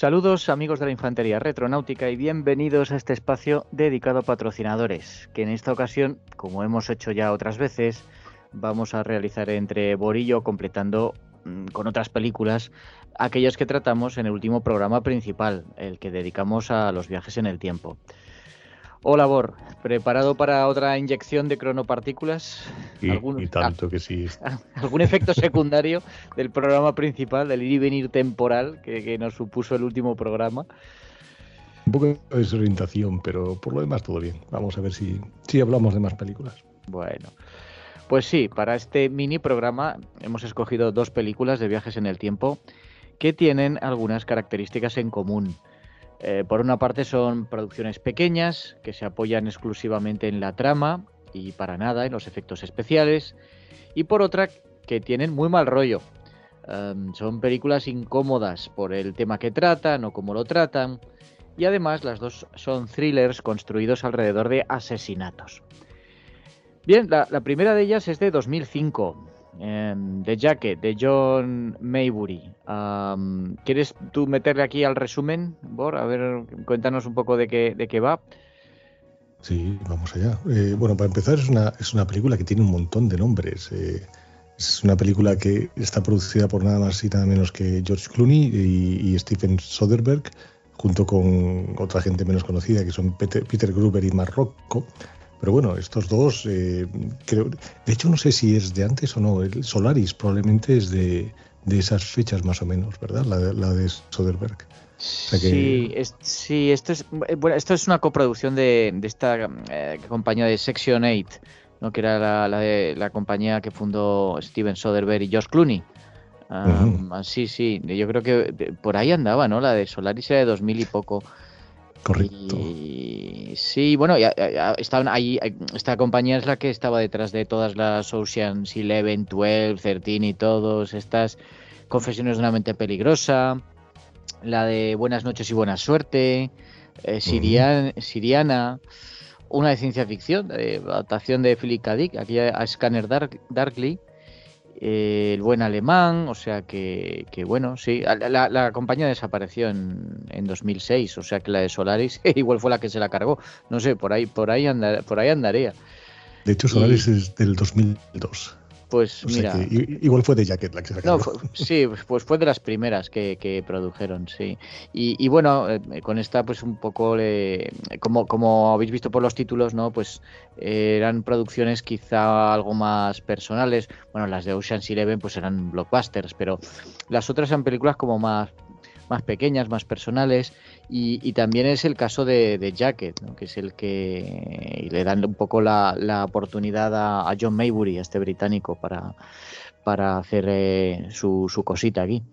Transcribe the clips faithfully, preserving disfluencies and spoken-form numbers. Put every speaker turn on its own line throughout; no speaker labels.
Saludos amigos de la Infantería Retronáutica y bienvenidos a este espacio dedicado a patrocinadores, que en esta ocasión, como hemos hecho ya otras veces, vamos a realizar entre Borillo completando mmm, con otras películas aquellas que tratamos en el último programa principal, el que dedicamos a los viajes en el tiempo. Hola Bor, ¿preparado para otra inyección de cronopartículas?
Y,
¿Algún,
y tanto que sí.
¿Algún efecto secundario del programa principal, del ir y venir temporal que, que nos supuso el último programa?
Un poco de desorientación, pero por lo demás todo bien. Vamos a ver si, si hablamos de más películas.
Bueno, pues sí, para este mini programa hemos escogido dos películas de viajes en el tiempo que tienen algunas características en común. Eh, por una parte son producciones pequeñas que se apoyan exclusivamente en la trama y para nada en los efectos especiales, y por otra que tienen muy mal rollo. Um, son películas incómodas por el tema que tratan o cómo lo tratan, y además las dos son thrillers construidos alrededor de asesinatos. Bien, la, la primera de ellas es de dos mil cinco. Um, The Jacket, de John Maybury. Um, ¿Quieres tú meterle aquí al resumen, Bor? A ver, cuéntanos un poco de qué, de qué va.
Sí, vamos allá. Eh, bueno, para empezar es una, es una película que tiene un montón de nombres. Eh, es una película que está producida por nada más y nada menos que George Clooney y, y Steven Soderbergh, junto con otra gente menos conocida que son Peter, Peter Gruber y Mark Rocco. Pero bueno, estos dos, eh, creo, de hecho no sé si es de antes o no, el Solaris probablemente es de, de esas fechas más o menos, ¿verdad? La, la de Soderbergh.
O sea que... Sí, es, sí, esto es bueno, esto es una coproducción de, de esta eh, compañía de Section ocho, ¿no? Que era la, la, de, la compañía que fundó Steven Soderbergh y George Clooney. Um, uh-huh. Sí, sí, yo creo que por ahí andaba, ¿no? La de Solaris era de dos mil y poco.
Correcto.
Y sí, bueno, ya, ya estaban ahí. Esta compañía es la que estaba detrás de todas las Ocean's Eleven, Twelve, Thirteen y todos estas Confesiones de una mente peligrosa, la de Buenas noches y buena suerte, eh, Sirian, uh-huh. Siriana, una de ciencia ficción, de adaptación de Philip K. Dick, aquí a Scanner Dark, Darkly. Eh, el buen alemán, o sea que, que bueno, sí, la, la compañía desapareció en, en dos mil seis, o sea que la de Solaris igual fue la que se la cargó, no sé, por ahí por ahí, andar, por ahí andaría.
De hecho Solaris y, es del dos mil dos.
Pues
o
mira,
sea que igual fue de Jacket la que se la cargó.
No, fue, sí, pues fue de las primeras que, que produjeron, sí. Y, y bueno, eh, con esta pues un poco, le, como, como habéis visto por los títulos, ¿no? Pues eh, eran producciones quizá algo más personales. Bueno, las de Ocean's Eleven pues eran blockbusters, pero las otras eran películas como más, más pequeñas, más personales. Y, y también es el caso de, de Jacket, ¿no? Que es el que le dan un poco la, la oportunidad a, a John Maybury, a este británico, para... para hacer eh, su, su cosita aquí.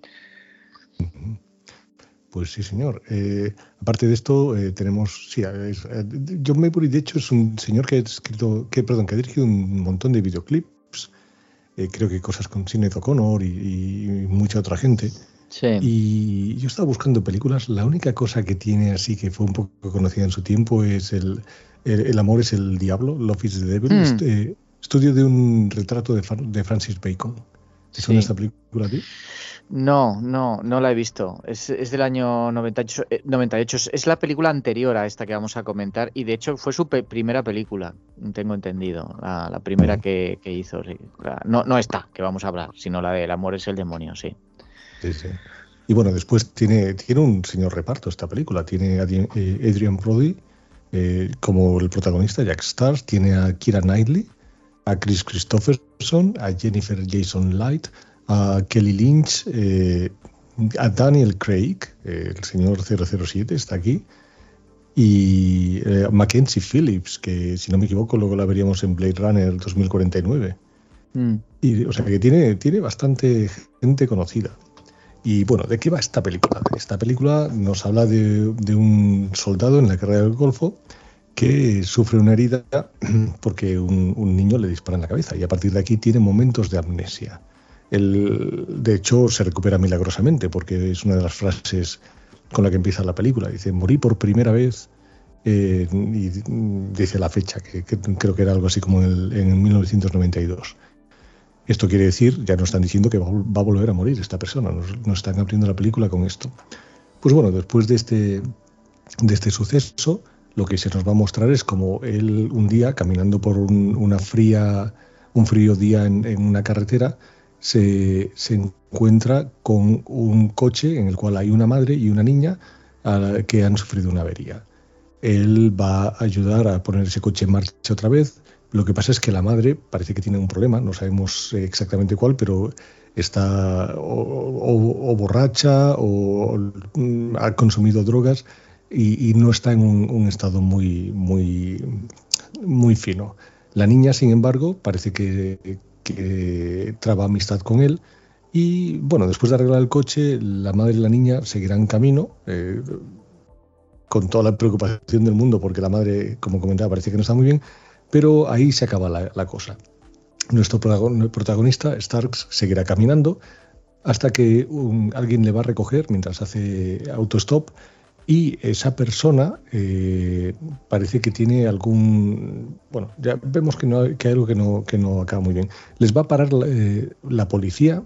Pues sí, señor. Eh, aparte de esto, eh, tenemos... Sí, es, eh, John Maybury, de hecho, es un señor que ha escrito, que, perdón, que ha dirigido un montón de videoclips. Eh, creo que cosas con Sinéad O'Connor y, y mucha otra gente.
Sí.
Y yo estaba buscando películas. La única cosa que tiene así que fue un poco conocida en su tiempo es el, el, el amor es el diablo, Love is the Devil. Mm. Este, estudio de un retrato de, de Francis Bacon. ¿Te suena esta película a ti?
No, no, no la he visto. Es, es del año noventa y ocho, eh, noventa y ocho. Es la película anterior a esta que vamos a comentar y de hecho fue su pe- primera película, tengo entendido. La, la primera uh-huh. que, que hizo. Sí. No, no esta que vamos a hablar, sino la de El amor es el demonio, sí.
Sí, sí. Y bueno, después tiene, tiene un señor reparto esta película. Tiene a Adrian Brody eh, como el protagonista, Jack Starr. Tiene a Keira Knightley, a Chris Christopherson, a Jennifer Jason Leigh, a Kelly Lynch, eh, a Daniel Craig, eh, el señor cero cero siete está aquí, y eh, a Mackenzie Phillips, que si no me equivoco luego la veríamos en Blade Runner dos mil cuarenta y nueve. Mm. Y, o sea que tiene, tiene bastante gente conocida. Y bueno, ¿de qué va esta película? Esta película nos habla de, de un soldado en la guerra del Golfo que sufre una herida porque un, un niño le dispara en la cabeza y a partir de aquí tiene momentos de amnesia. Él, de hecho, se recupera milagrosamente porque es una de las frases con la que empieza la película. Dice, morí por primera vez eh, y dice la fecha, que, que creo que era algo así como en, el, en mil novecientos noventa y dos. Esto quiere decir, ya nos están diciendo que va, va a volver a morir esta persona, nos, nos están abriendo la película con esto. Pues bueno, después de este, de este suceso, lo que se nos va a mostrar es como él un día, caminando por un, una fría, un frío día en, en una carretera, se, se encuentra con un coche en el cual hay una madre y una niña a la que han sufrido una avería. Él va a ayudar a poner ese coche en marcha otra vez. Lo que pasa es que la madre parece que tiene un problema, no sabemos exactamente cuál, pero está o, o, o borracha o mm, ha consumido drogas y, y no está en un, un estado muy, muy, muy fino. La niña, sin embargo, parece que, que traba amistad con él y, bueno, después de arreglar el coche, la madre y la niña seguirán camino, eh, con toda la preocupación del mundo, porque la madre, como comentaba, parece que no está muy bien, pero ahí se acaba la, la cosa. Nuestro protagonista, Starks, seguirá caminando hasta que un, alguien le va a recoger mientras hace autostop y esa persona eh, parece que tiene algún... Bueno, ya vemos que, no, que hay algo que no, que no acaba muy bien. Les va a parar eh, la policía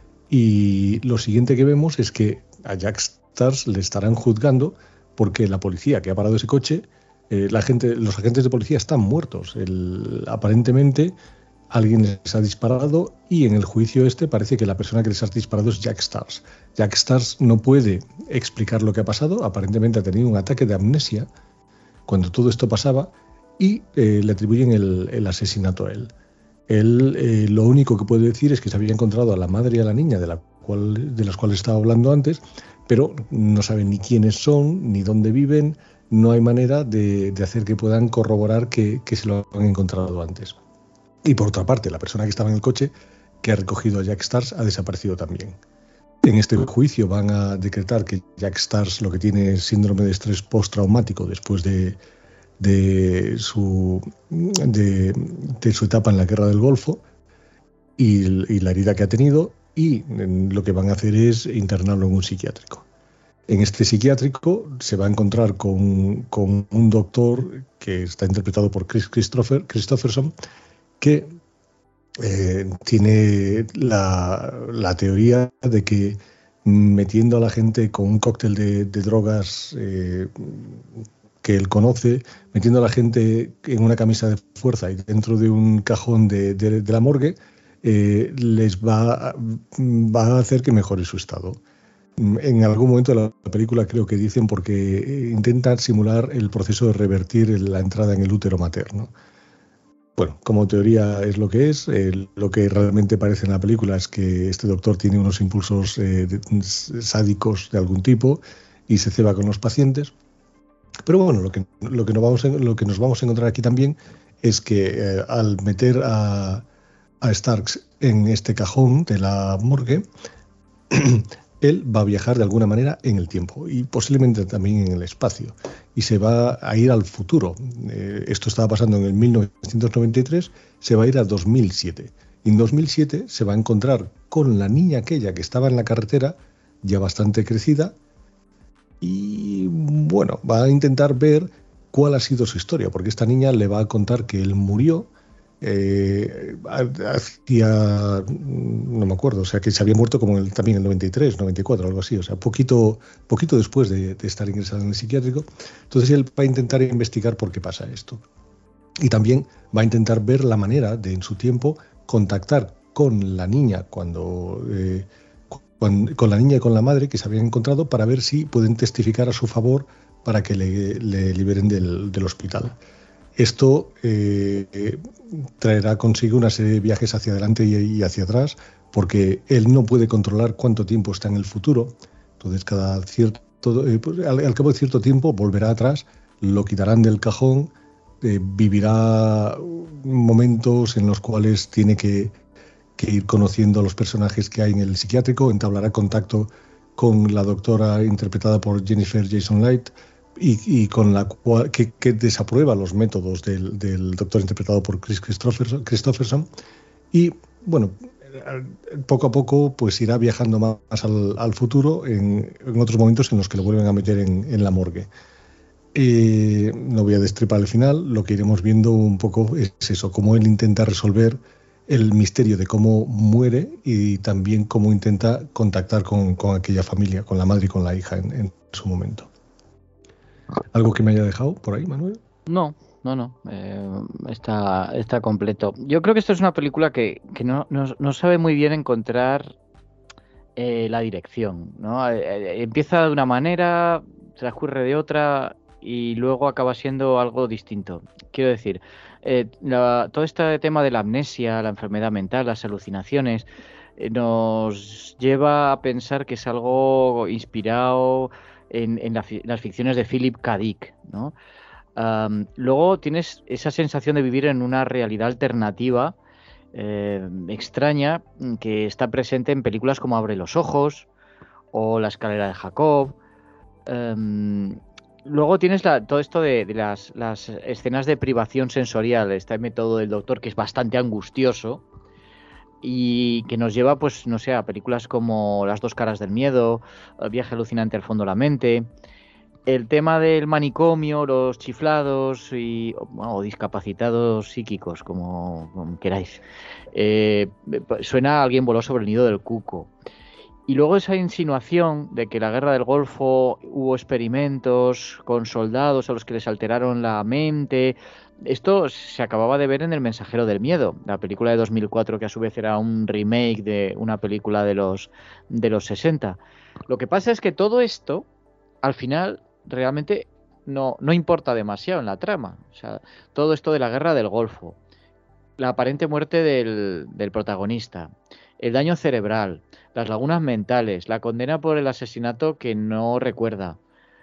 y lo siguiente que vemos es que a Jack Starks le estarán juzgando porque la policía que ha parado ese coche, eh, la gente, los agentes de policía están muertos. El, aparentemente alguien les ha disparado y en el juicio este parece que la persona que les ha disparado es Jack Starks. Jack Starks no puede explicar lo que ha pasado, aparentemente ha tenido un ataque de amnesia cuando todo esto pasaba y eh, le atribuyen el, el asesinato a él. Él eh, lo único que puede decir es que se había encontrado a la madre y a la niña de, la cual, de las cuales estaba hablando antes, pero no saben ni quiénes son, ni dónde viven, no hay manera de, de hacer que puedan corroborar que, que se lo han encontrado antes. Y por otra parte, la persona que estaba en el coche, que ha recogido a Jack Starks, ha desaparecido también. En este juicio van a decretar que Jack Starks lo que tiene es síndrome de estrés postraumático después de, de, su, de, de su etapa en la Guerra del Golfo y, y la herida que ha tenido, y lo que van a hacer es internarlo en un psiquiátrico. En este psiquiátrico se va a encontrar con, con un doctor que está interpretado por Chris Christopher, Christopherson, que eh, tiene la, la teoría de que metiendo a la gente con un cóctel de, de drogas eh, que él conoce, metiendo a la gente en una camisa de fuerza y dentro de un cajón de, de, de la morgue, eh, les va, va a hacer que mejore su estado. En algún momento de la película creo que dicen porque intentan simular el proceso de revertir la entrada en el útero materno. Bueno, como teoría es lo que es. Eh, lo que realmente parece en la película es que este doctor tiene unos impulsos eh, de, sádicos de algún tipo y se ceba con los pacientes. Pero bueno, lo que, lo que, nos, vamos a, lo que nos vamos a encontrar aquí también es que eh, al meter a, a Starks en este cajón de la morgue, él va a viajar de alguna manera en el tiempo y posiblemente también en el espacio y se va a ir al futuro. Eh, esto estaba pasando en el mil novecientos noventa y tres, se va a ir a dos mil siete. Y en dos mil siete se va a encontrar con la niña aquella que estaba en la carretera, ya bastante crecida, y bueno, va a intentar ver cuál ha sido su historia, porque esta niña le va a contar que él murió Eh, hacía, no me acuerdo, o sea que se había muerto como el, también en el noventa y tres, noventa y cuatro, algo así, o sea, poquito, poquito después de, de estar ingresado en el psiquiátrico. Entonces él va a intentar investigar por qué pasa esto. Y también va a intentar ver la manera de, en su tiempo, contactar con la niña cuando, eh, con, con la niña y con la madre que se habían encontrado para ver si pueden testificar a su favor para que le, le liberen del, del hospital. Esto eh, traerá consigo una serie de viajes hacia adelante y, y hacia atrás, porque él no puede controlar cuánto tiempo está en el futuro. Entonces, cada cierto, eh, pues, al, al cabo de cierto tiempo volverá atrás, lo quitarán del cajón, eh, vivirá momentos en los cuales tiene que, que ir conociendo a los personajes que hay en el psiquiátrico, entablará contacto con la doctora interpretada por Jennifer Jason Leigh, Y, y con la cual que, que desaprueba los métodos del, del doctor interpretado por Chris Christopherson, Christopherson y bueno, poco a poco pues irá viajando más al, al futuro en, en otros momentos en los que lo vuelven a meter en, en la morgue. Eh, no voy a destripar el final, lo que iremos viendo un poco es eso, cómo él intenta resolver el misterio de cómo muere y también cómo intenta contactar con, con aquella familia, con la madre y con la hija en, en su momento. ¿Algo que me haya dejado por ahí, Manuel?
No, no, no. Eh, está, está completo. Yo creo que esto es una película que, que no, no, no sabe muy bien encontrar eh, la dirección, ¿no? Eh, eh, empieza de una manera, transcurre de otra y luego acaba siendo algo distinto. Quiero decir, eh, la- todo este tema de la amnesia, la enfermedad mental, las alucinaciones, eh, nos lleva a pensar que es algo inspirado en, en la fi- las ficciones de Philip K. Dick, ¿no? Am, luego tienes esa sensación de vivir en una realidad alternativa eh, extraña mm, que está presente en películas como Abre los ojos o La escalera de Jacob. Em, luego tienes la- todo esto de, de las, las escenas de privación sensorial, este método del doctor que es bastante angustioso y que nos lleva, pues, no sé, a películas como Las dos caras del miedo, El viaje alucinante al fondo de la mente. El tema del manicomio, los chiflados y, bueno, o discapacitados psíquicos, como, como queráis. Eh, suena a Alguien voló sobre el nido del cuco. Y luego esa insinuación de que en la guerra del Golfo hubo experimentos con soldados a los que les alteraron la mente. Esto se acababa de ver en El mensajero del miedo, la película de dos mil cuatro que a su vez era un remake de una película de los, de los sesenta. Lo que pasa es que todo esto, al final, realmente no, no importa demasiado en la trama. O sea, todo esto de la guerra del Golfo, la aparente muerte del, del protagonista, el daño cerebral, las lagunas mentales, la condena por el asesinato que no recuerda,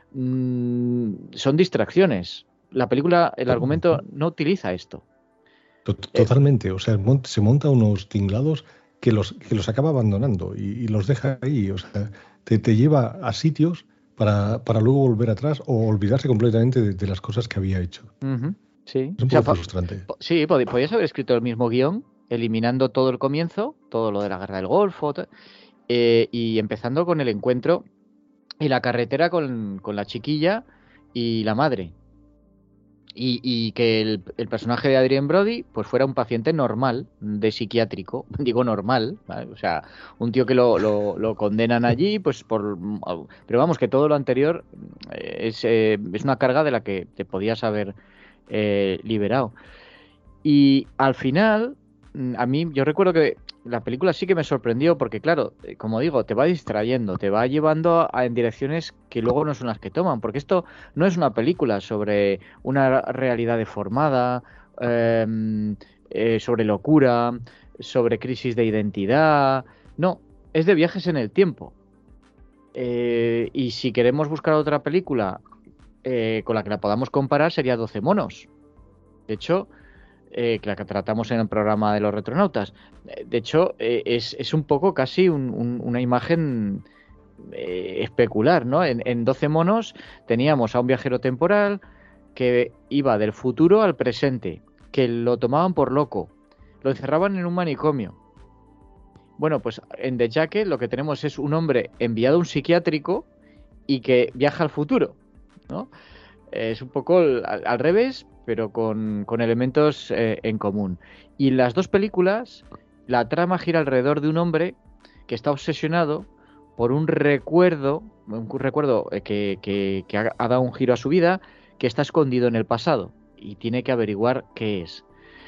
mm, son distracciones. La película, el argumento no utiliza esto. Eh,
Totalmente, o sea, mon- se monta unos tinglados que los, que los acaba abandonando y, y los deja ahí, o sea, te, te lleva a sitios para, para luego volver atrás o olvidarse completamente de, de las cosas que había hecho.
ujú, sí,
Es un
o sea,
poco
po-
frustrante.
po- sí, pod- podías haber escrito el mismo guión, eliminando todo el comienzo, todo lo de la guerra del Golfo, ta- eh, y empezando con el encuentro en la carretera con, con la chiquilla y la madre. Y, y que el, el personaje de Adrien Brody pues fuera un paciente normal de psiquiátrico, digo normal, ¿vale? O sea, un tío que lo, lo, lo condenan allí, pues por... Pero vamos, que todo lo anterior eh, es, eh, es una carga de la que te podías haber eh, liberado. Y al final, mm, a mí, yo recuerdo que la película sí que me sorprendió porque, claro, eh, como digo, te va distrayendo, te va llevando a, en direcciones que luego no son las que toman, porque esto no es una película sobre una realidad deformada, em, eh, sobre locura, sobre crisis de identidad, no, es de viajes en el tiempo. Eh, y si queremos buscar otra película eh, con la que la podamos comparar, sería Doce monos. De hecho, eh, que la que tratamos en el programa de los retronautas. Eh, De hecho, eh, es, es un poco casi un- un- una imagen eh, especular, ¿no? En, en doce monos teníamos a un viajero temporal que iba del futuro al presente, que lo tomaban por loco, lo encerraban en un manicomio. Bueno, pues en The Jacket lo que tenemos es un hombre enviado a un psiquiátrico y que viaja al futuro, ¿no? Es un poco al, al revés, pero con, con elementos eh, en común. Y en las dos películas, la trama gira alrededor de un hombre que está obsesionado por un recuerdo, un recuerdo eh, que, que- que ha, ha dado un giro a su vida, que está escondido en el pasado y tiene que averiguar qué es.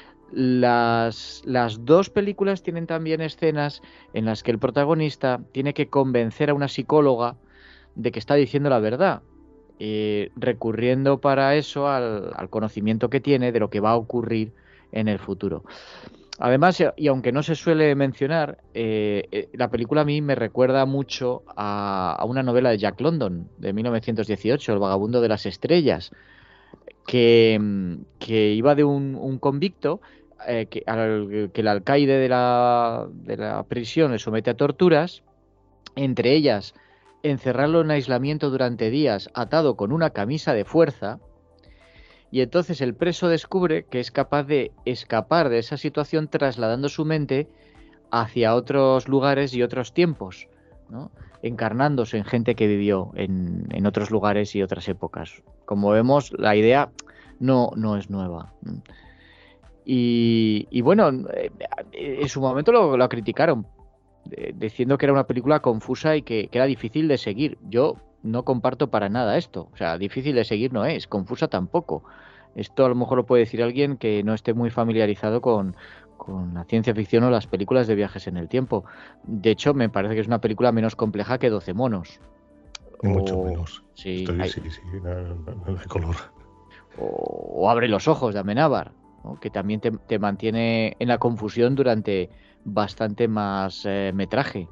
Las, las dos películas tienen también escenas en las que el protagonista tiene que convencer a una psicóloga de que está diciendo la verdad, eh, recurriendo para eso al, al conocimiento que tiene de lo que va a ocurrir en el futuro. Además, y y aunque no se suele mencionar, eh, eh, la película a mí me recuerda mucho a, a una novela de Jack London de mil novecientos dieciocho, El vagabundo de las estrellas, que, mm, que iba de un, un convicto eh, que, al que el alcaide de la, de la prisión le somete a torturas, entre ellas encerrarlo en aislamiento durante días atado con una camisa de fuerza, y entonces el preso descubre que es capaz de escapar de esa situación trasladando su mente hacia otros lugares y otros tiempos, ¿no? Encarnándose en gente que vivió en, en otros lugares y otras épocas. Como vemos, la idea no, no es nueva. Y, y bueno, eh, en su momento lo, lo criticaron, eh, diciendo que era una película confusa y que, que era difícil de seguir. Yo no comparto para nada esto. O sea, difícil de seguir no es, confusa tampoco. Esto a lo mejor lo puede decir alguien que no esté muy familiarizado con, con la ciencia ficción o las películas de viajes en el tiempo. De hecho, me parece que es una película menos compleja que doce monos.
Ni mucho
O,
menos.
sí,
Estoy,
hay,
sí, sí, no, no, no hay color.
o, o Abre los ojos de Amenábar, ¿no? Que también te, te mantiene en la confusión durante bastante más eh, metraje.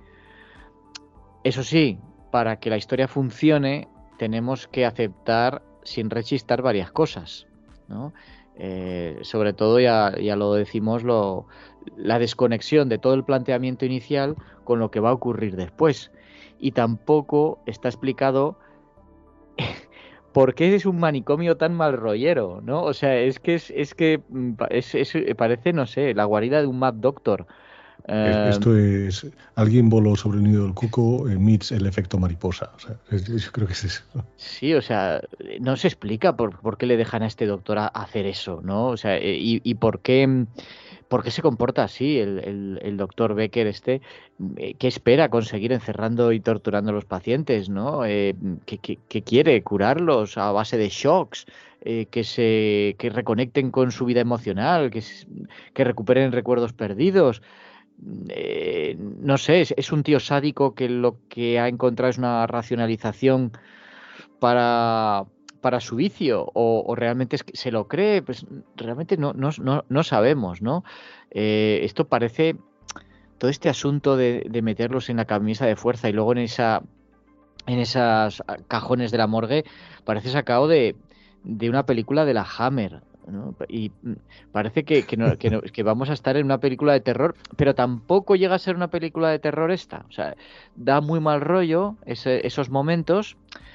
Eso sí, para que la historia funcione, tenemos que aceptar sin rechistar varias cosas, ¿no? Eh, sobre todo, ya, ya lo decimos, lo, la desconexión de todo el planteamiento inicial con lo que va a ocurrir después. Y tampoco está explicado por qué es un manicomio tan mal rollero, ¿no? O sea, es que es, es que mm, pa- es, es- parece, no sé, la guarida de un Mad Doctor.
Es-
Eh,
Esto es, alguien voló sobre el nido del cuco, eh, meets el efecto mariposa. O sea, es- yo creo que es eso.
Sí, o sea, no se explica por, por qué le dejan a este doctor a- hacer eso, ¿no? O sea, eh, y, y por qué, por qué se comporta así el, el, el doctor Becker este, eh, ¿qué espera conseguir encerrando y torturando a los pacientes, ¿no? Eh, ¿qué, qué- qué quiere? ¿Curarlos a base de shocks? Eh, que se que reconecten con su vida emocional, que, s- que recuperen recuerdos perdidos. Eh, no sé, es, es un tío sádico que lo que ha encontrado es una racionalización para, para su vicio o, o realmente es que se lo cree, pues realmente no, no, no, no sabemos, ¿no? Eh, esto parece, todo este asunto de, de meterlos en la camisa de fuerza y luego en esa en esas cajones de la morgue, parece sacado de, de una película de la Hammer, ¿no? Y mm, parece que, que, no- que no- que vamos a estar en una película de terror, pero tampoco llega a ser una película de terror esta. O sea, da muy mal rollo ese- esos momentos,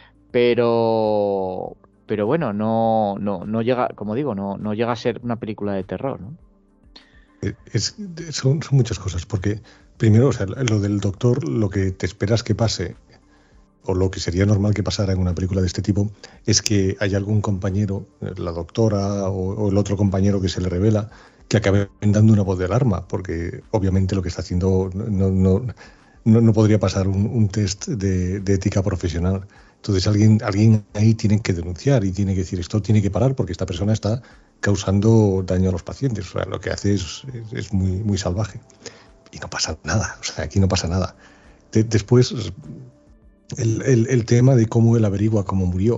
pero pero bueno, no, no, no llega, como digo, no, no llega a ser una película de terror, ¿no?
Eh, Es, son, son muchas cosas, porque primero, o sea, lo del doctor, lo que te esperas que pase, o lo que sería normal que pasara en una película de este tipo, es que haya algún compañero, eh, la doctora o, o el otro compañero que se le revela, que acabe dando una voz de alarma, porque obviamente lo que está haciendo no, no, no, no podría pasar un, un test de, de ética profesional. Entonces alguien, alguien ahí tiene que denunciar y tiene que decir esto tiene que parar porque esta persona está causando daño a los pacientes. O sea, lo que hace es, es, es muy, muy salvaje. Y no pasa nada, o sea, aquí no pasa nada. De, después, el, el, el tema de cómo él averigua cómo murió.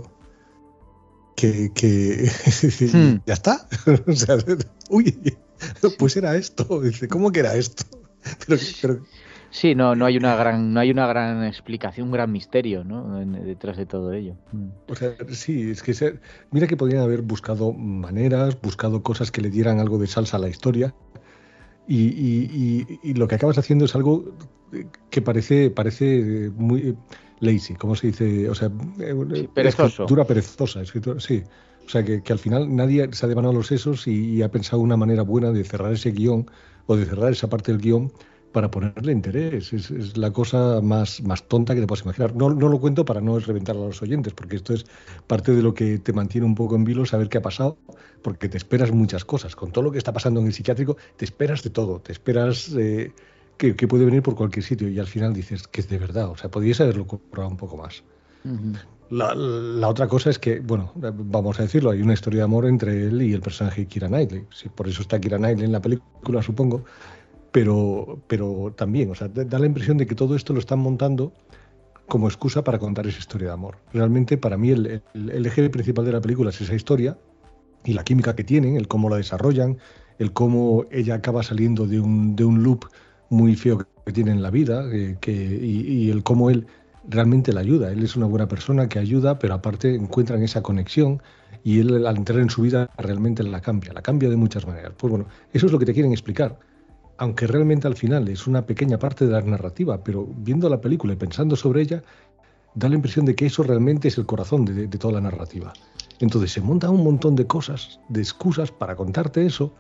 Que, que
Hmm.
ya está. O sea, uy, pues era esto. Dice, ¿cómo que era esto? Pero, pero
Sí, no, no hay una gran, no hay una gran explicación, un gran misterio, ¿no? En- detrás de todo ello. Mm.
o sea, sí, es que se, mira que podrían haber buscado maneras, buscado cosas que le dieran algo de salsa a la historia. Y, y, y, y lo que acabas haciendo es algo que parece, parece muy lazy, ¿cómo se dice? O sea,
Sí, perezoso.
escritura perezosa, escritura, sí. O sea, que, que al final nadie se ha devanado los sesos y, y ha pensado una manera buena de cerrar ese guión o de cerrar esa parte del guión para ponerle interés. Es, es la cosa más, más tonta que te puedes imaginar. No, no lo cuento para no reventar a los oyentes, porque esto es parte de lo que te mantiene un poco en vilo, saber qué ha pasado, porque te esperas muchas cosas. Con todo lo que está pasando en el psiquiátrico, te esperas de todo. Te esperas eh, que, que puede venir por cualquier sitio y al final dices que es de verdad. O sea, podrías haberlo currado un poco más.
Ujú.
La, la otra cosa es que, bueno, vamos a decirlo, hay una historia de amor entre él y el personaje de Keira Knightley. Sí, por eso está Keira Knightley en la película, supongo. Pero, pero también, o sea, da la impresión de que todo esto lo están montando como excusa para contar esa historia de amor. Realmente, para mí, el, el, el eje principal de la película es esa historia y la química que tienen, el cómo la desarrollan, el cómo ella acaba saliendo de un, de un loop muy feo que tiene en la vida, eh, que, y, y el cómo él realmente la ayuda. Él es una buena persona que ayuda, pero aparte encuentran esa conexión y él al entrar en su vida realmente la cambia, la cambia de muchas maneras. Pues bueno, eso es lo que te quieren explicar. Aunque realmente al final es una pequeña parte de la narrativa, pero viendo la película y pensando sobre ella, da la impresión de que eso realmente es el corazón de, de toda la narrativa. Entonces se montan un montón de cosas, de excusas para contarte eso,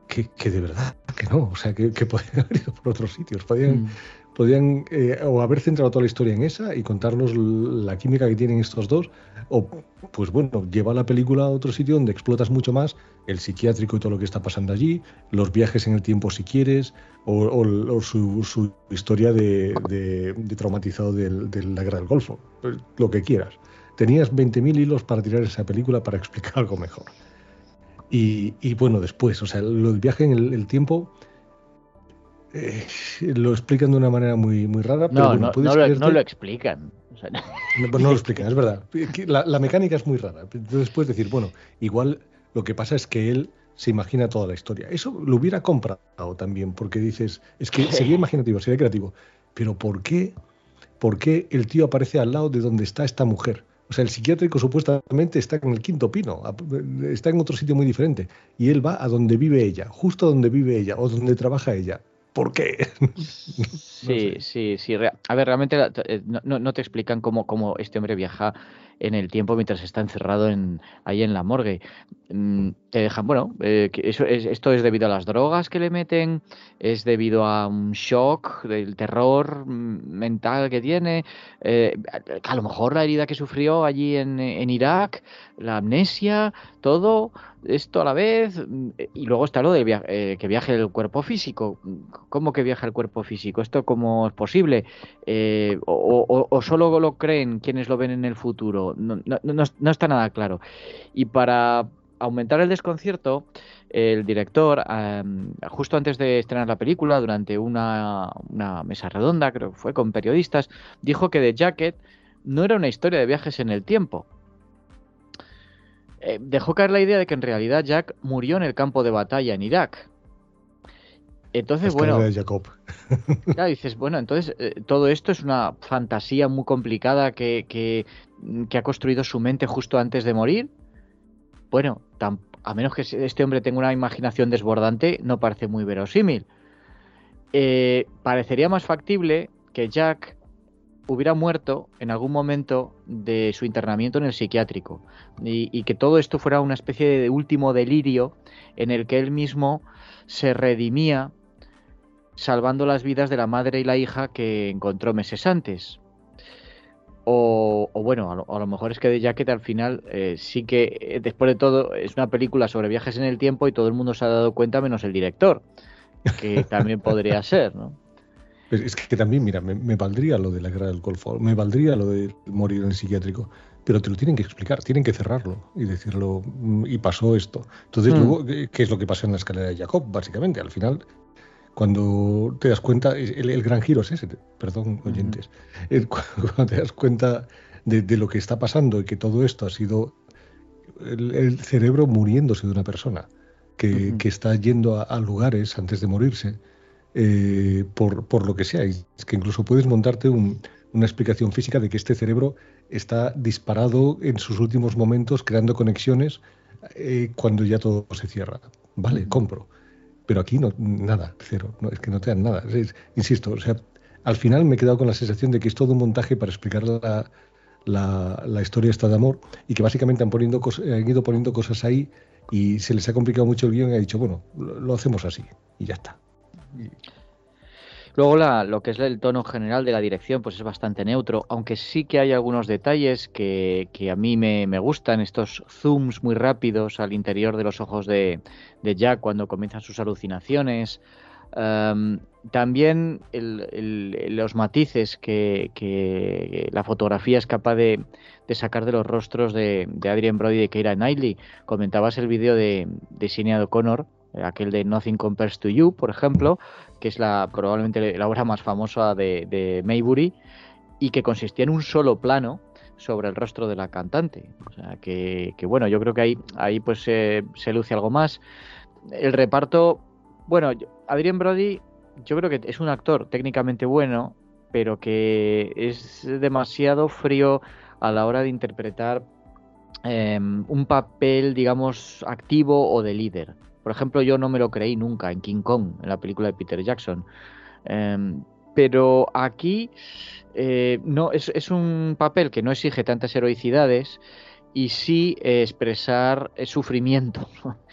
que, que de verdad que no, o sea, que, que podían haber ido por otros sitios, podían,
Mm.
podían eh, o haber centrado toda la historia en esa y contarnos la química que tienen estos dos, o pues bueno, llevar la película a otro sitio donde explotas mucho más el psiquiátrico y todo lo que está pasando allí, los viajes en el tiempo si quieres, o, o, o su, su historia de, de, de traumatizado de, de la guerra del Golfo, pues, lo que quieras. Tenías veinte mil hilos para tirar esa película para explicar algo mejor. Y, y bueno, después, o sea, lo del viaje en el, el tiempo eh, lo explican de una manera muy, muy rara, pero
No,
bueno,
no, no
puedes
lo, no lo
creerte.
explican. O sea,
No, pues no lo explican, es verdad. La, la mecánica es muy rara. Entonces puedes decir, bueno, igual lo que pasa es que él se imagina toda la historia. Eso lo hubiera comprado también, porque dices, es que sería imaginativo, sería creativo. Pero ¿por qué? ¿Por qué el tío aparece al lado de donde está esta mujer? O sea, el psiquiátrico supuestamente está en el quinto pino, está en otro sitio muy diferente. Y él va a donde vive ella, justo donde vive ella o donde trabaja ella. ¿Por qué? No
Sí,
sé.
sí, sí. Re- A ver, realmente la- eh, no, no- no te explican cómo, cómo este hombre viaja en el tiempo mientras está encerrado en, ahí en la morgue. Mm, Te dejan, bueno, eh, que eso es, esto es debido a las drogas que le meten, es debido a un shock del terror mm, mental que tiene, eh, a a lo mejor la herida que sufrió allí en, en Irak, la amnesia, todo esto a la vez, mm, y luego está lo del via- eh, que viaje el cuerpo físico. ¿Cómo que viaja el cuerpo físico? ¿Esto cómo es posible? Eh, o, o- o solo lo creen quienes lo ven en el futuro? No, no- no- no está nada claro. Y para aumentar el desconcierto, el director, am, justo antes de estrenar la película, durante una, una mesa redonda, creo que fue, con periodistas, dijo que The Jacket no era una historia de viajes en el tiempo. Eh, dejó caer la idea de que en realidad Jack murió en el campo de batalla en Irak.
La
Entonces,
escalera
bueno,
de Jacob.
ya dices, bueno, entonces eh, todo esto es una fantasía muy complicada que, que, mm, que ha construido su mente justo antes de morir. Bueno, tam- a menos que este hombre tenga una imaginación desbordante, no parece muy verosímil. Eh, parecería más factible que Jack hubiera muerto en algún momento de su internamiento en el psiquiátrico y, y que todo esto fuera una especie de último delirio en el que él mismo se redimía salvando las vidas de la madre y la hija que encontró meses antes. O, o bueno, a lo, a lo mejor es que The Jacket al final eh, sí que, eh, después de todo, es una película sobre viajes en el tiempo y todo el mundo se ha dado cuenta menos el director, que también podría ser, ¿no?
Es, es que también, mira, me, me valdría lo de la guerra del Golfo, me valdría lo de morir en el psiquiátrico, pero te lo tienen que explicar, tienen que cerrarlo y decirlo, mm, y pasó esto. Entonces,
Hmm,
luego, ¿qué qué es lo que pasa en la escalera de Jacob? Básicamente, al final, cuando te das cuenta, el, el gran giro es ese, perdón,
ujú,
oyentes, el- cuando te das cuenta de, de lo que está pasando y que todo esto ha sido el, el cerebro muriéndose de una persona que,
ujú.
que está yendo a, a lugares antes de morirse, eh, por, por lo que sea. Y es que incluso puedes montarte un- una explicación física de que este cerebro está disparado en sus últimos momentos, creando conexiones eh, cuando ya todo se cierra. Vale,
Ujú.
compro. Pero aquí no, nada, cero. No, es que no te dan nada. Es- insisto, o sea, al final me he quedado con la sensación de que es todo un montaje para explicar la, la, la historia esta de amor y que básicamente han, poniendo cos- han ido poniendo cosas ahí y se les ha complicado mucho el guión y ha dicho, bueno, lo, lo hacemos así y ya está. Y-
Luego la, lo que es el tono general de la dirección pues es bastante neutro, aunque sí que hay algunos detalles que, que a mí me, me gustan, estos zooms muy rápidos al interior de los ojos de, de Jack cuando comienzan sus alucinaciones. Um, también el- el- los matices que, que la fotografía es capaz de, de sacar de los rostros de, de Adrien Brody y de Keira Knightley. Comentabas el vídeo de, de Sinéad O'Connor, eh, aquel de Nothing Compares to You, por ejemplo, que es la probablemente la obra más famosa de, de Maybury y que consistía en un solo plano sobre el rostro de la cantante. O sea, que, que bueno, yo creo que ahí, ahí pues eh, se luce algo más. El reparto, bueno, yo- Adrien Brody, yo creo que es un actor técnicamente bueno, pero que es demasiado frío a la hora de interpretar eh, un papel, digamos, activo o de líder. Por ejemplo, yo no me lo creí nunca en King Kong, en la película de Peter Jackson. Em, pero aquí eh, no, es, es un papel que no exige tantas heroicidades y sí eh, expresar eh, sufrimiento.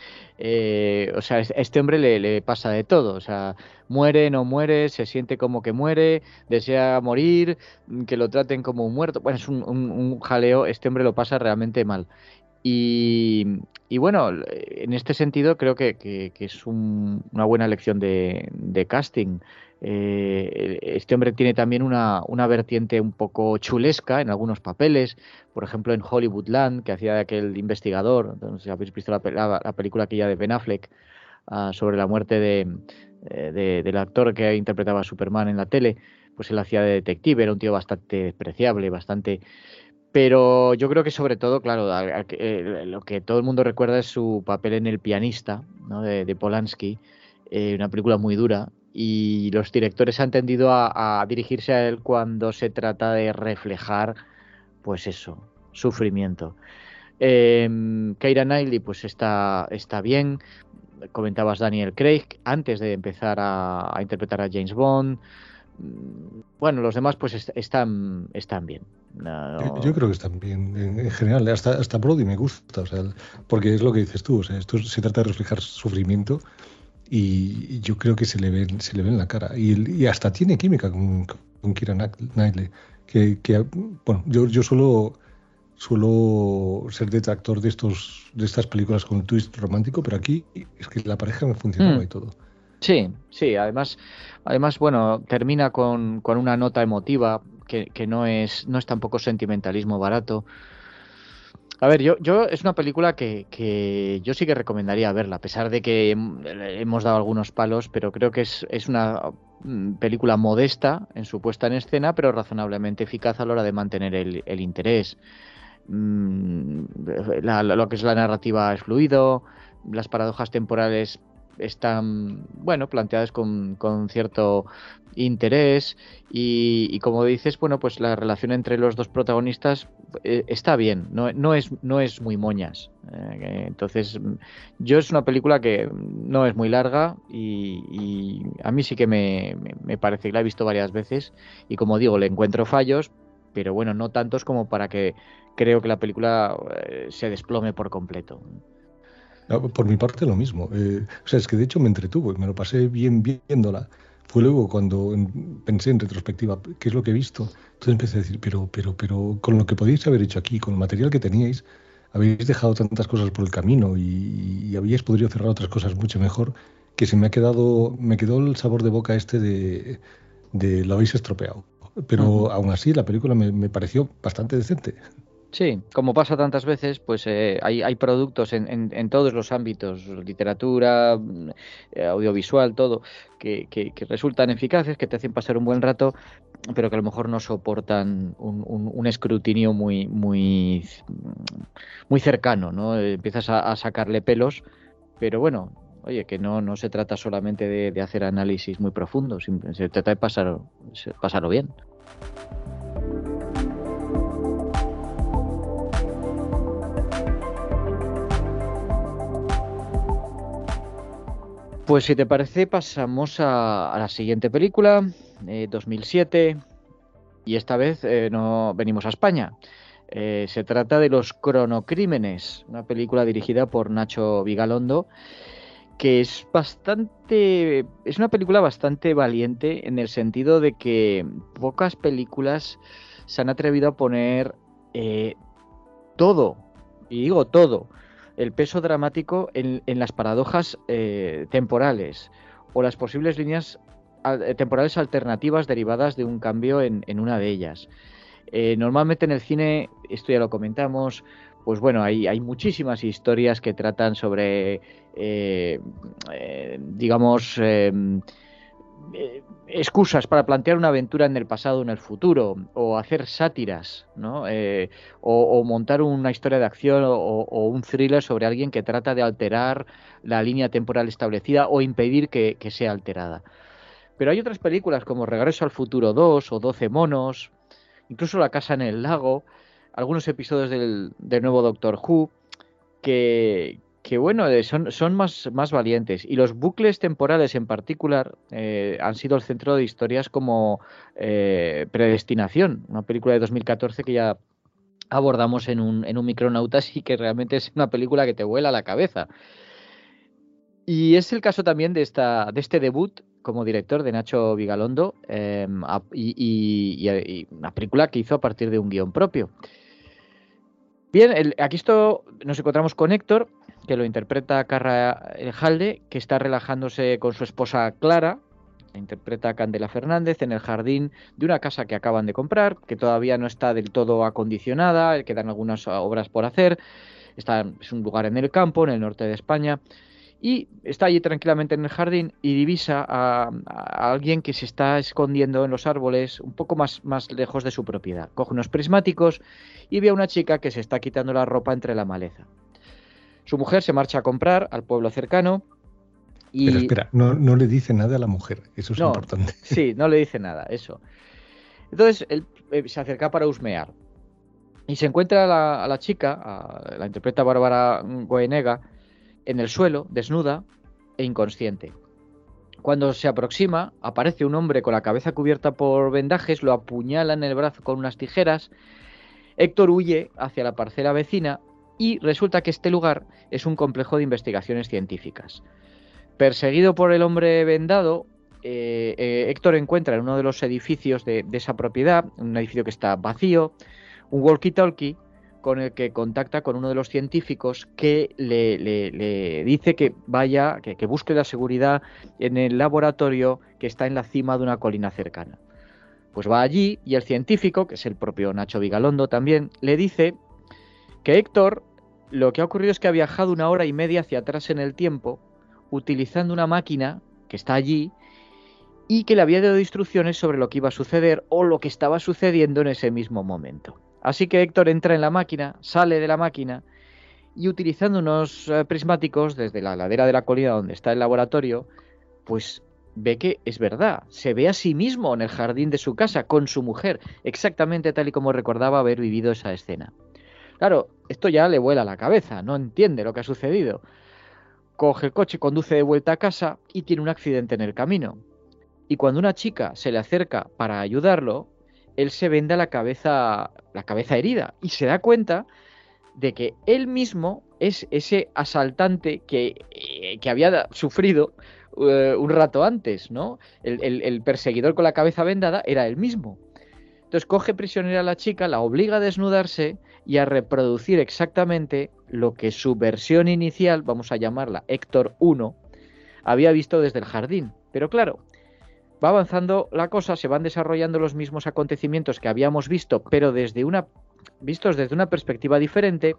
Eh, o sea, a este hombre le, le pasa de todo. O sea, muere, no muere, se siente como que muere, desea morir, mm, que lo traten como un muerto. Bueno, es un, un- un jaleo. Este hombre lo pasa realmente mal. Y, y bueno, en este sentido creo que, que- que es un- una buena elección de, de casting. Eh, este hombre tiene también una, una vertiente un poco chulesca en algunos papeles, por ejemplo en Hollywoodland, que hacía de aquel investigador, no sé si habéis visto la, pe- la- la película aquella de Ben Affleck, ah, sobre la muerte de, eh, de- del actor que interpretaba a Superman en la tele, pues él hacía de detective, era un tío bastante despreciable, bastante, pero yo creo que sobre todo, claro, a- a- eh, lo que todo el mundo recuerda es su papel en El pianista, ¿no? de, de Polanski, eh, una película muy dura, y los directores han tendido a, a dirigirse a él cuando se trata de reflejar, pues eso, sufrimiento. Eh, Keira Knightley, pues está, está bien. Comentabas Daniel Craig antes de empezar a, a interpretar a James Bond. Mm, Bueno, los demás pues est- están, están bien. No,
Yo, yo
no-
creo que están bien, en, en general, hasta, hasta Brody me gusta, o sea, porque es lo que dices tú, o sea, esto se trata de reflejar sufrimiento y yo creo que se le ve, se le ve en la cara. Y, el- y hasta tiene química con, con Keira Knightley, que, que, bueno, yo, yo suelo, suelo ser detractor de estos, de estas películas con twist romántico, pero aquí es que la pareja me
Mm,
funcionaba y todo.
sí, sí, además, además, bueno, termina con, con una nota emotiva que, que no es, no es tampoco sentimentalismo barato. A ver, yo, yo es una película que, que yo sí que recomendaría verla, a pesar de que hem- le hemos dado algunos palos, pero creo que es, es una mm, película modesta en su puesta en escena, pero razonablemente eficaz a la hora de mantener el, el interés. Mm, la- la- lo que es la narrativa es fluido, las paradojas temporales están, bueno, planteadas con, con cierto interés y, y como dices, bueno, pues la relación entre los dos protagonistas eh, está bien, no, no es, no es muy moñas. Eh, entonces, mm, yo es una película que no es muy larga y, y a mí sí que me, me me parece que la he visto varias veces y como digo, le encuentro fallos, pero bueno, no tantos como para que creo que la película eh, se desplome por completo.
Ah, por mi parte, lo mismo. Eh, o sea, es que de hecho me entretuvo y me lo pasé bien viéndola. Fue luego cuando en- pensé en retrospectiva, ¿qué es lo que he visto? Entonces empecé a decir, pero, pero, pero, con lo que podíais haber hecho aquí, con el material que teníais, habéis dejado tantas cosas por el camino y, y habíais podido cerrar otras cosas mucho mejor, que se me ha quedado, me quedó el sabor de boca este de, de lo habéis estropeado.
Ujú.
Pero aún así, la película me, me pareció bastante decente.
Sí, como pasa tantas veces, pues eh, hay, hay productos en, en- en todos los ámbitos, literatura, mm, eh, audiovisual, todo, que, que- que resultan eficaces, que te hacen pasar un buen rato, pero que a lo mejor no soportan un, un- un escrutinio muy, muy, mm, muy cercano, ¿no? Eh, Empiezas a, a sacarle pelos, pero bueno, oye, que no, no se trata solamente de, de hacer análisis muy profundos, sim- se trata de pasar, pasarlo bien. Pues si te parece, pasamos a, a la siguiente película, eh, dos mil siete, y esta vez eh, no venimos a España. Eh, se trata de Los Cronocrímenes, una película dirigida por Nacho Vigalondo, que es bastante, es una película bastante valiente en el sentido de que pocas películas se han atrevido a poner eh, todo, y digo todo, el peso dramático en, en las paradojas eh, temporales o las posibles líneas al- eh, temporales alternativas derivadas de un cambio en, en una de ellas. Eh, normalmente en el cine, esto ya lo comentamos, pues bueno, hay, hay muchísimas historias que tratan sobre, eh, eh, digamos, eh, eh, excusas para plantear una aventura en el pasado o en el futuro, o hacer sátiras, ¿no? Eh, o, o montar una historia de acción o, o un thriller sobre alguien que trata de alterar la línea temporal establecida o impedir que, que sea alterada. Pero hay otras películas como Regreso al Futuro dos o Doce monos, incluso La casa en el lago, algunos episodios del, del nuevo Doctor Who, que, que bueno, eh, son, son más, más valientes. Y los bucles temporales en particular eh, han sido el centro de historias como eh, Predestinación, una película de dos mil catorce que ya abordamos en un, en un Micronautas y que realmente es una película que te vuela la cabeza. Y es el caso también de, esta, de este debut como director de Nacho Vigalondo eh, y, y, y una película que hizo a partir de un guión propio. Bien, el, aquí esto, nos encontramos con Héctor, que lo interpreta Carra Halde, que está relajándose con su esposa Clara, la interpreta Candela Fernández, en el jardín de una casa que acaban de comprar, que todavía no está del todo acondicionada, quedan algunas obras por hacer. Está, es un lugar en el campo, en el norte de España, y está allí tranquilamente en el jardín y divisa a, a alguien que se está escondiendo en los árboles un poco más, más lejos de su propiedad. Coge unos prismáticos y ve a una chica que se está quitando la ropa entre la maleza. Su mujer se marcha a comprar al pueblo cercano y...
Pero espera, no, no le dice nada a la mujer, eso es
no,
importante.
Sí, no le dice nada, eso. Entonces él eh, se acerca para husmear y se encuentra a la, a la chica, a, la interpreta Bárbara Goenega, en el suelo, desnuda e inconsciente. Cuando se aproxima, aparece un hombre con la cabeza cubierta por vendajes, lo apuñala en el brazo con unas tijeras. Héctor huye hacia la parcela vecina y resulta que este lugar es un complejo de investigaciones científicas. Perseguido por el hombre vendado, eh, eh, Héctor encuentra en uno de los edificios de, de esa propiedad, un edificio que está vacío, un walkie-talkie con el que contacta con uno de los científicos que le, le, le dice que vaya, que, que busque la seguridad en el laboratorio que está en la cima de una colina cercana. Pues va allí y el científico, que es el propio Nacho Vigalondo también, le dice que Héctor lo que ha ocurrido es que ha viajado una hora y media hacia atrás en el tiempo utilizando una máquina que está allí y que le había dado instrucciones sobre lo que iba a suceder o lo que estaba sucediendo en ese mismo momento. Así que Héctor entra en la máquina, sale de la máquina y utilizando unos eh, prismáticos desde la ladera de la colina donde está el laboratorio, pues ve que es verdad, se ve a sí mismo en el jardín de su casa con su mujer, exactamente tal y como recordaba haber vivido esa escena. Claro, esto ya le vuela la cabeza, no entiende lo que ha sucedido. Coge el coche, conduce de vuelta a casa y tiene un accidente en el camino. Y cuando una chica se le acerca para ayudarlo, él se venda la cabeza, la cabeza herida y se da cuenta de que él mismo es ese asaltante que, eh, que había sufrido uh, un rato antes, ¿no? El, el, el perseguidor con la cabeza vendada era él mismo. Entonces coge prisionera a la chica, la obliga a desnudarse y a reproducir exactamente lo que su versión inicial, vamos a llamarla Héctor uno, había visto desde el jardín. Pero claro, va avanzando la cosa, se van desarrollando los mismos acontecimientos que habíamos visto, pero desde una, vistos desde una perspectiva diferente.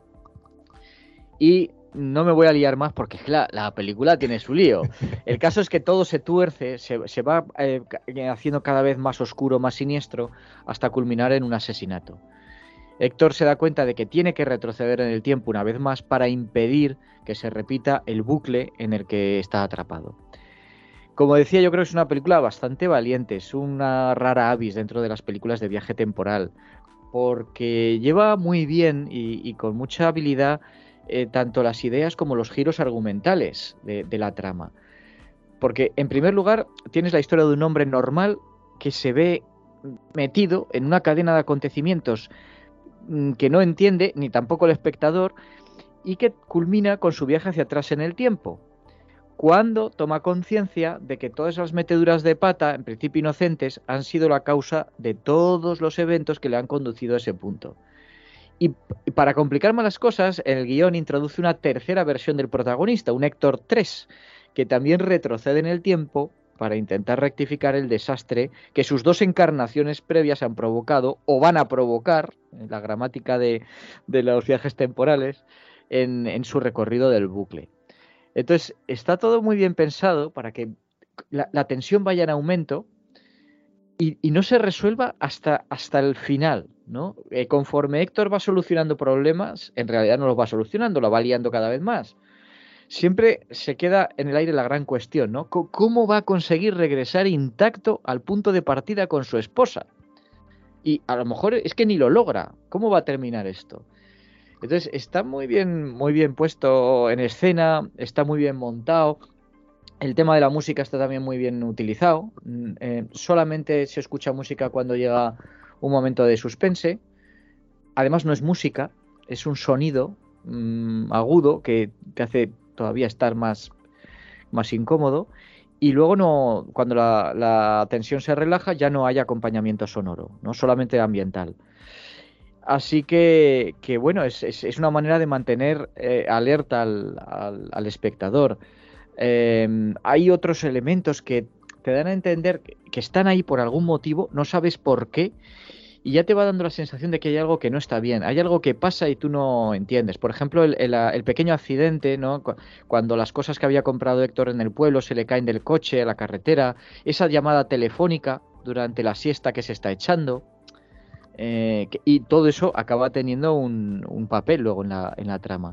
Y no me voy a liar más porque la, la película tiene su lío. El caso es que todo se tuerce, se, se va eh, haciendo cada vez más oscuro, más siniestro, hasta culminar en un asesinato. Héctor se da cuenta de que tiene que retroceder en el tiempo una vez más para impedir que se repita el bucle en el que está atrapado. Como decía, yo creo que es una película bastante valiente, es una rara avis dentro de las películas de viaje temporal, porque lleva muy bien y, y con mucha habilidad eh, tanto las ideas como los giros argumentales de, de la trama. Porque, en primer lugar, tienes la historia de un hombre normal que se ve metido en una cadena de acontecimientos que no entiende, ni tampoco el espectador, y que culmina con su viaje hacia atrás en el tiempo, cuando toma conciencia de que todas esas meteduras de pata, en principio inocentes, han sido la causa de todos los eventos que le han conducido a ese punto. Y para complicar más las cosas, el guión introduce una tercera versión del protagonista, un Héctor tres, que también retrocede en el tiempo para intentar rectificar el desastre que sus dos encarnaciones previas han provocado o van a provocar, en la gramática de, de los viajes temporales, en, en su recorrido del bucle. Entonces, está todo muy bien pensado para que la, la tensión vaya en aumento y, y no se resuelva hasta, hasta el final, ¿no? Eh, conforme Héctor va solucionando problemas, en realidad no los va solucionando, lo va liando cada vez más. Siempre se queda en el aire la gran cuestión, ¿no? ¿Cómo va a conseguir regresar intacto al punto de partida con su esposa? Y a lo mejor es que ni lo logra. ¿Cómo va a terminar esto? Entonces está muy bien, muy bien puesto en escena, está muy bien montado. El tema de la música está también muy bien utilizado. Eh, solamente se escucha música cuando llega un momento de suspense. además no es música, es un sonido mmm, agudo que te hace todavía estar más, más incómodo. Y luego no, cuando la, la tensión se relaja ya no hay acompañamiento sonoro, no solamente ambiental. Así que, que bueno, es, es, es una manera de mantener eh, alerta al, al, al espectador. Eh, hay otros elementos que te dan a entender que, que están ahí por algún motivo, no sabes por qué, y ya te va dando la sensación de que hay algo que no está bien, hay algo que pasa y tú no entiendes. Por ejemplo, el, el, el pequeño accidente, ¿no? Cuando las cosas que había comprado Héctor en el pueblo se le caen del coche a la carretera, esa llamada telefónica durante la siesta que se está echando. Eh, que, y todo eso acaba teniendo un, un papel luego en la, en la trama.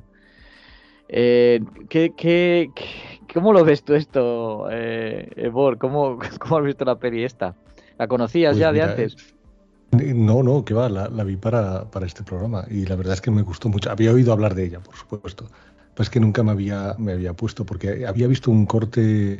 Eh, ¿qué, qué, qué, ¿Cómo lo ves tú esto, eh, Ebor? ¿Cómo, ¿Cómo has visto la peli esta? ¿La conocías
Pues
ya de
mira,
antes?
no, no, que va, la, la vi para, para este programa y la verdad es que me gustó mucho. Había oído hablar de ella, por supuesto. Pues que nunca me había, me había puesto, porque había visto un corte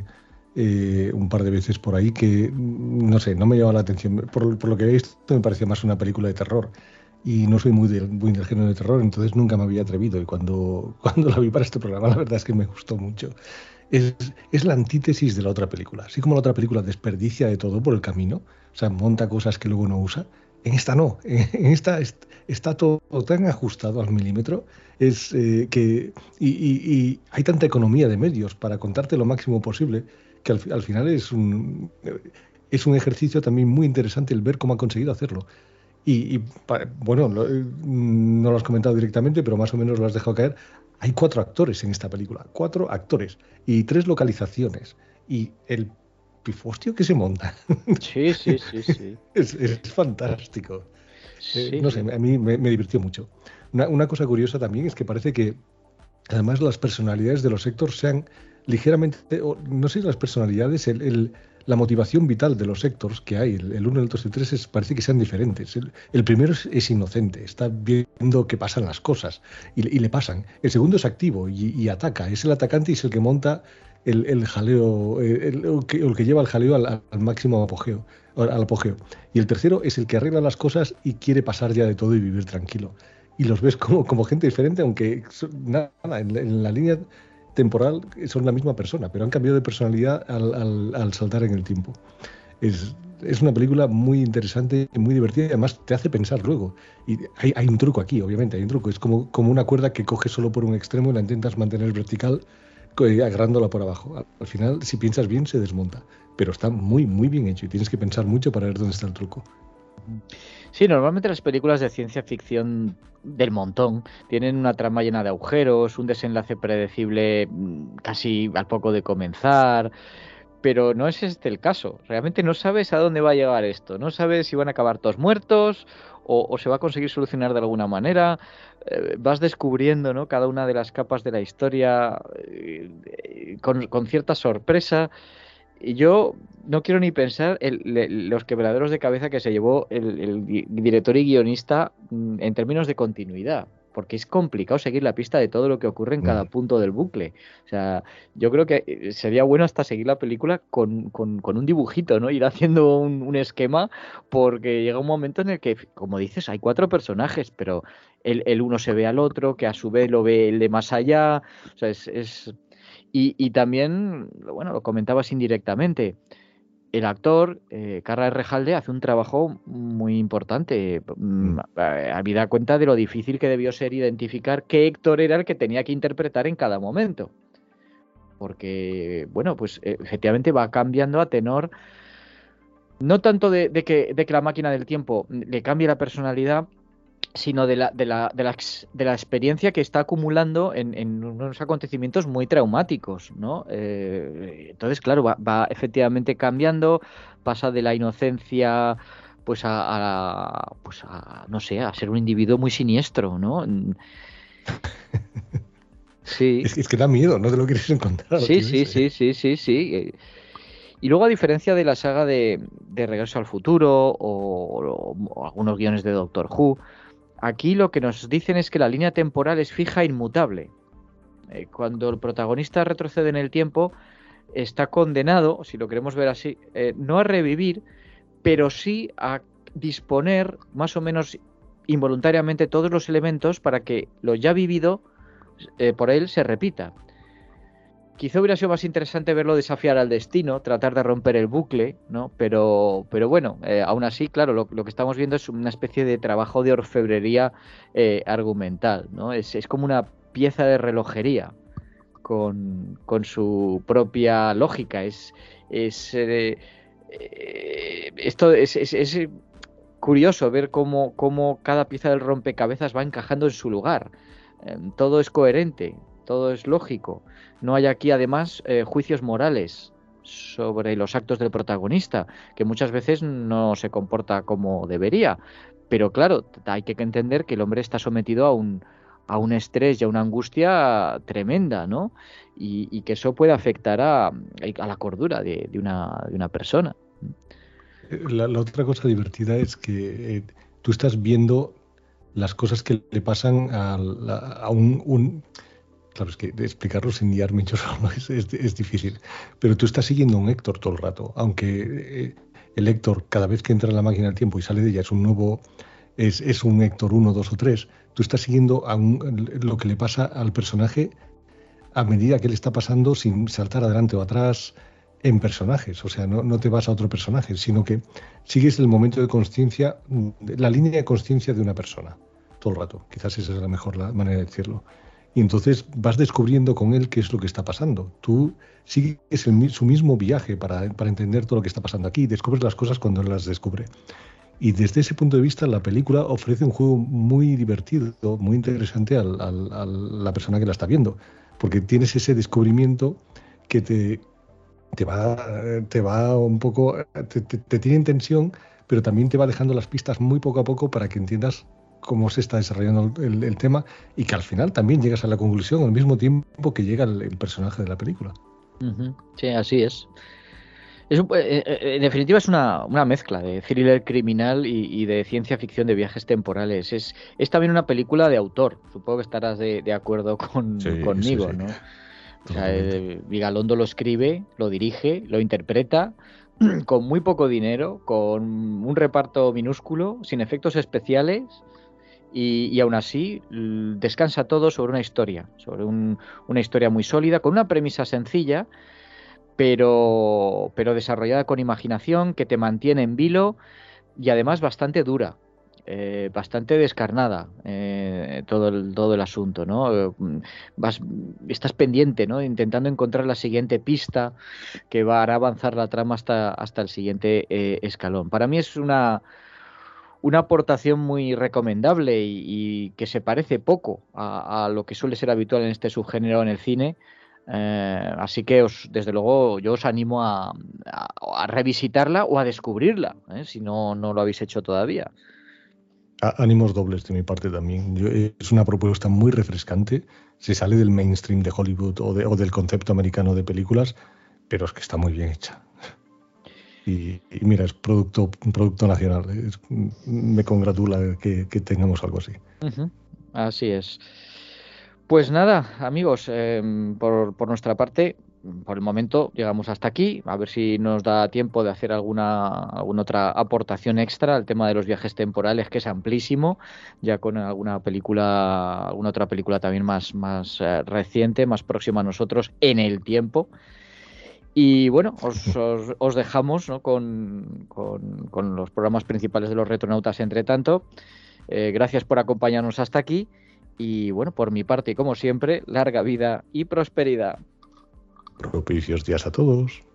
eh, un par de veces por ahí que, no sé, no me llamaba la atención. Por, por lo que he visto me parecía más una película de terror y no soy muy del, muy del género de terror, entonces nunca me había atrevido y cuando, cuando la vi para este programa la verdad es que me gustó mucho. Es, es la antítesis de la otra película. Así como la otra película desperdicia de todo por el camino, o sea, monta cosas que luego no usa, en esta no. En esta est, está todo tan ajustado al milímetro es, eh, que, y, y, y hay tanta economía de medios para contarte lo máximo posible que al, al final es un, es un ejercicio también muy interesante el ver cómo ha conseguido hacerlo. Y, y bueno, lo, no lo has comentado directamente, pero más o menos lo has dejado caer. Hay cuatro actores en esta película, cuatro actores y tres localizaciones. Y el pifostio que se monta
Sí, sí, sí, sí.
es, es fantástico. Eh,
Sí,
no sé,
sí.
a mí me, me divirtió mucho. Una, una cosa curiosa también es que parece que además las personalidades de los Héctor sean ligeramente, o, no sé, las personalidades, el, el, la motivación vital de los Héctors que hay, el uno, el dos y el tres, es, parece que sean diferentes. El, el primero es, es inocente, está viendo que pasan las cosas y, y le pasan. El segundo es activo y, y ataca, es el atacante y es el que monta el, el jaleo, el, el, que, el que lleva el jaleo al, al máximo apogeo, al apogeo. Y el tercero es el que arregla las cosas y quiere pasar ya de todo y vivir tranquilo. Y los ves como, como gente diferente, aunque son, nada, en, en la línea temporal son la misma persona, pero han cambiado de personalidad al, al, al saltar en el tiempo. Es, es una película muy interesante y muy divertida y además te hace pensar luego. Y hay, hay un truco aquí, obviamente, hay un truco. Es como, como una cuerda que coges solo por un extremo y la intentas mantener vertical agarrándola por abajo. Al, al final, si piensas bien, se desmonta. Pero está muy, muy bien hecho y tienes que pensar mucho para ver dónde está el truco.
Sí, normalmente las películas de ciencia ficción del montón tienen una trama llena de agujeros, un desenlace predecible casi al poco de comenzar, pero no es este el caso. Realmente no sabes a dónde va a llegar esto, no sabes si van a acabar todos muertos o, o se va a conseguir solucionar de alguna manera. Eh, vas descubriendo, ¿no?, cada una de las capas de la historia eh, con, con cierta sorpresa. Y yo no quiero ni pensar el, le- los quebraderos de cabeza que se llevó el, el di- director y guionista mm, en términos de continuidad, porque es complicado seguir la pista de todo lo que ocurre en cada
Mm.
punto del bucle. O sea, yo creo que eh, sería bueno hasta seguir la película con, con- con un dibujito, ¿no? Ir haciendo un, un esquema, porque llega un momento en el que, como dices, hay cuatro personajes, pero el, el uno se ve al otro, que a su vez lo ve el de más allá. O sea, es, es y, y también, bueno, lo comentabas indirectamente, el actor, eh, Carra Rejalde, hace un trabajo muy importante. Mm,
Mm.
eh, Habida cuenta de lo difícil que debió ser identificar qué Héctor era el que tenía que interpretar en cada momento. Porque, bueno, pues eh, efectivamente va cambiando a tenor, no tanto de, de que, de que la máquina del tiempo le cambie la personalidad, sino de la, de la, de la, ex- de la experiencia que está acumulando en, en unos acontecimientos muy traumáticos, ¿no? Eh, entonces, claro, va, va efectivamente cambiando, pasa de la inocencia pues a, a, pues a, no sé, a ser un individuo muy siniestro, ¿no? Mm, Sí,
Es, es que da miedo, no te lo quieres encontrar al
sí,
tío
sí,
ese.
sí, sí, sí, sí. Eh, Y luego, a diferencia de la saga de, de Regreso al Futuro o, o- o algunos guiones de Doctor Who, aquí lo que nos dicen es que la línea temporal es fija e inmutable. Eh, cuando el protagonista retrocede en el tiempo, está condenado, si lo queremos ver así, eh, no a revivir, pero sí a disponer más o menos involuntariamente todos los elementos para que lo ya vivido eh, por él se repita. Quizá hubiera sido más interesante verlo desafiar al destino, tratar de romper el bucle, ¿no? Pero, pero bueno, eh, aún así, claro, lo, lo que estamos viendo es una especie de trabajo de orfebrería eh, argumental, ¿no? Es, es como una pieza de relojería con, con su propia lógica. Es, es eh, eh, esto es, es, es curioso ver cómo, cómo cada pieza del rompecabezas va encajando en su lugar. Eh, todo es coherente, todo es lógico. No hay aquí, además, eh, juicios morales sobre los actos del protagonista, que muchas veces no se comporta como debería. Pero claro, hay que entender que el hombre está sometido a un, a un estrés y a una angustia tremenda, ¿no? Y, y que eso puede afectar a, a la cordura de, de, una, de una persona.
La, la otra cosa divertida es que eh, tú estás viendo las cosas que le pasan a, la, a un... un Claro, es que explicarlo sin guiarme yo solo es, es, es difícil. Pero tú estás siguiendo a un Héctor todo el rato. Aunque eh, el Héctor, cada vez que entra en la máquina del tiempo y sale de ella, es un nuevo, es, es un Héctor uno, dos o tres. Tú estás siguiendo a un, lo que le pasa al personaje a medida que le está pasando sin saltar adelante o atrás en personajes. O sea, no, no te vas a otro personaje, sino que sigues el momento de consciencia, la línea de consciencia de una persona todo el rato. Quizás esa es la mejor la manera de decirlo. Y entonces vas descubriendo con él qué es lo que está pasando. Tú sigues el, su mismo viaje para, para entender todo lo que está pasando aquí y descubres las cosas cuando él las descubre. Y desde ese punto de vista la película ofrece un juego muy divertido, muy interesante al, al, a la persona que la está viendo. Porque tienes ese descubrimiento que te, te, va, te va un poco... Te, te, te tiene en tensión, pero también te va dejando las pistas muy poco a poco para que entiendas cómo se está desarrollando el, el tema y que al final también llegas a la conclusión al mismo tiempo que llega el, el personaje de la película.
Uh-huh. Sí, así es. es un, eh, eh, en definitiva es una, una mezcla de thriller criminal y, y de ciencia ficción de viajes temporales. Es, es también una película de autor. Supongo que estarás de, de acuerdo con, sí, conmigo, sí, sí. ¿no? O sea, eh, Vigalondo lo escribe, lo dirige, lo interpreta con muy poco dinero, con un reparto minúsculo, sin efectos especiales. Y, y aún así descansa todo sobre una historia, sobre un, una historia muy sólida, con una premisa sencilla, pero, pero desarrollada con imaginación, que te mantiene en vilo y además bastante dura, eh, bastante descarnada eh, todo, el, todo el asunto, ¿no? Vas, estás pendiente, ¿no? Intentando encontrar la siguiente pista que va a avanzar la trama hasta, hasta el siguiente eh, escalón. Para mí es una... una aportación muy recomendable y, y que se parece poco a, a lo que suele ser habitual en este subgénero en el cine. Eh, así que os, desde luego yo os animo a, a, a revisitarla o a descubrirla, ¿eh? Si no, no lo habéis hecho todavía.
A, ánimos dobles de mi parte también. Yo, es una propuesta muy refrescante. Se sale del mainstream de Hollywood o, de, o del concepto americano de películas, pero es que está muy bien hecha. Y, y mira, es producto, un producto nacional. Es, me congratula que, que tengamos algo así.
Uh-huh. Así es. Pues nada, amigos, eh, por, por nuestra parte, por el momento llegamos hasta aquí. A ver si nos da tiempo de hacer alguna, alguna otra aportación extra al tema de los viajes temporales, que es amplísimo, ya con alguna película, alguna otra película también más, más eh, reciente, más próxima a nosotros en el tiempo. Y bueno, os, os, os dejamos, ¿no? con, con, con los programas principales de los Retronautas entre tanto. Eh, gracias por acompañarnos hasta aquí. Y bueno, por mi parte, como siempre, larga vida y prosperidad.
Propicios días a todos.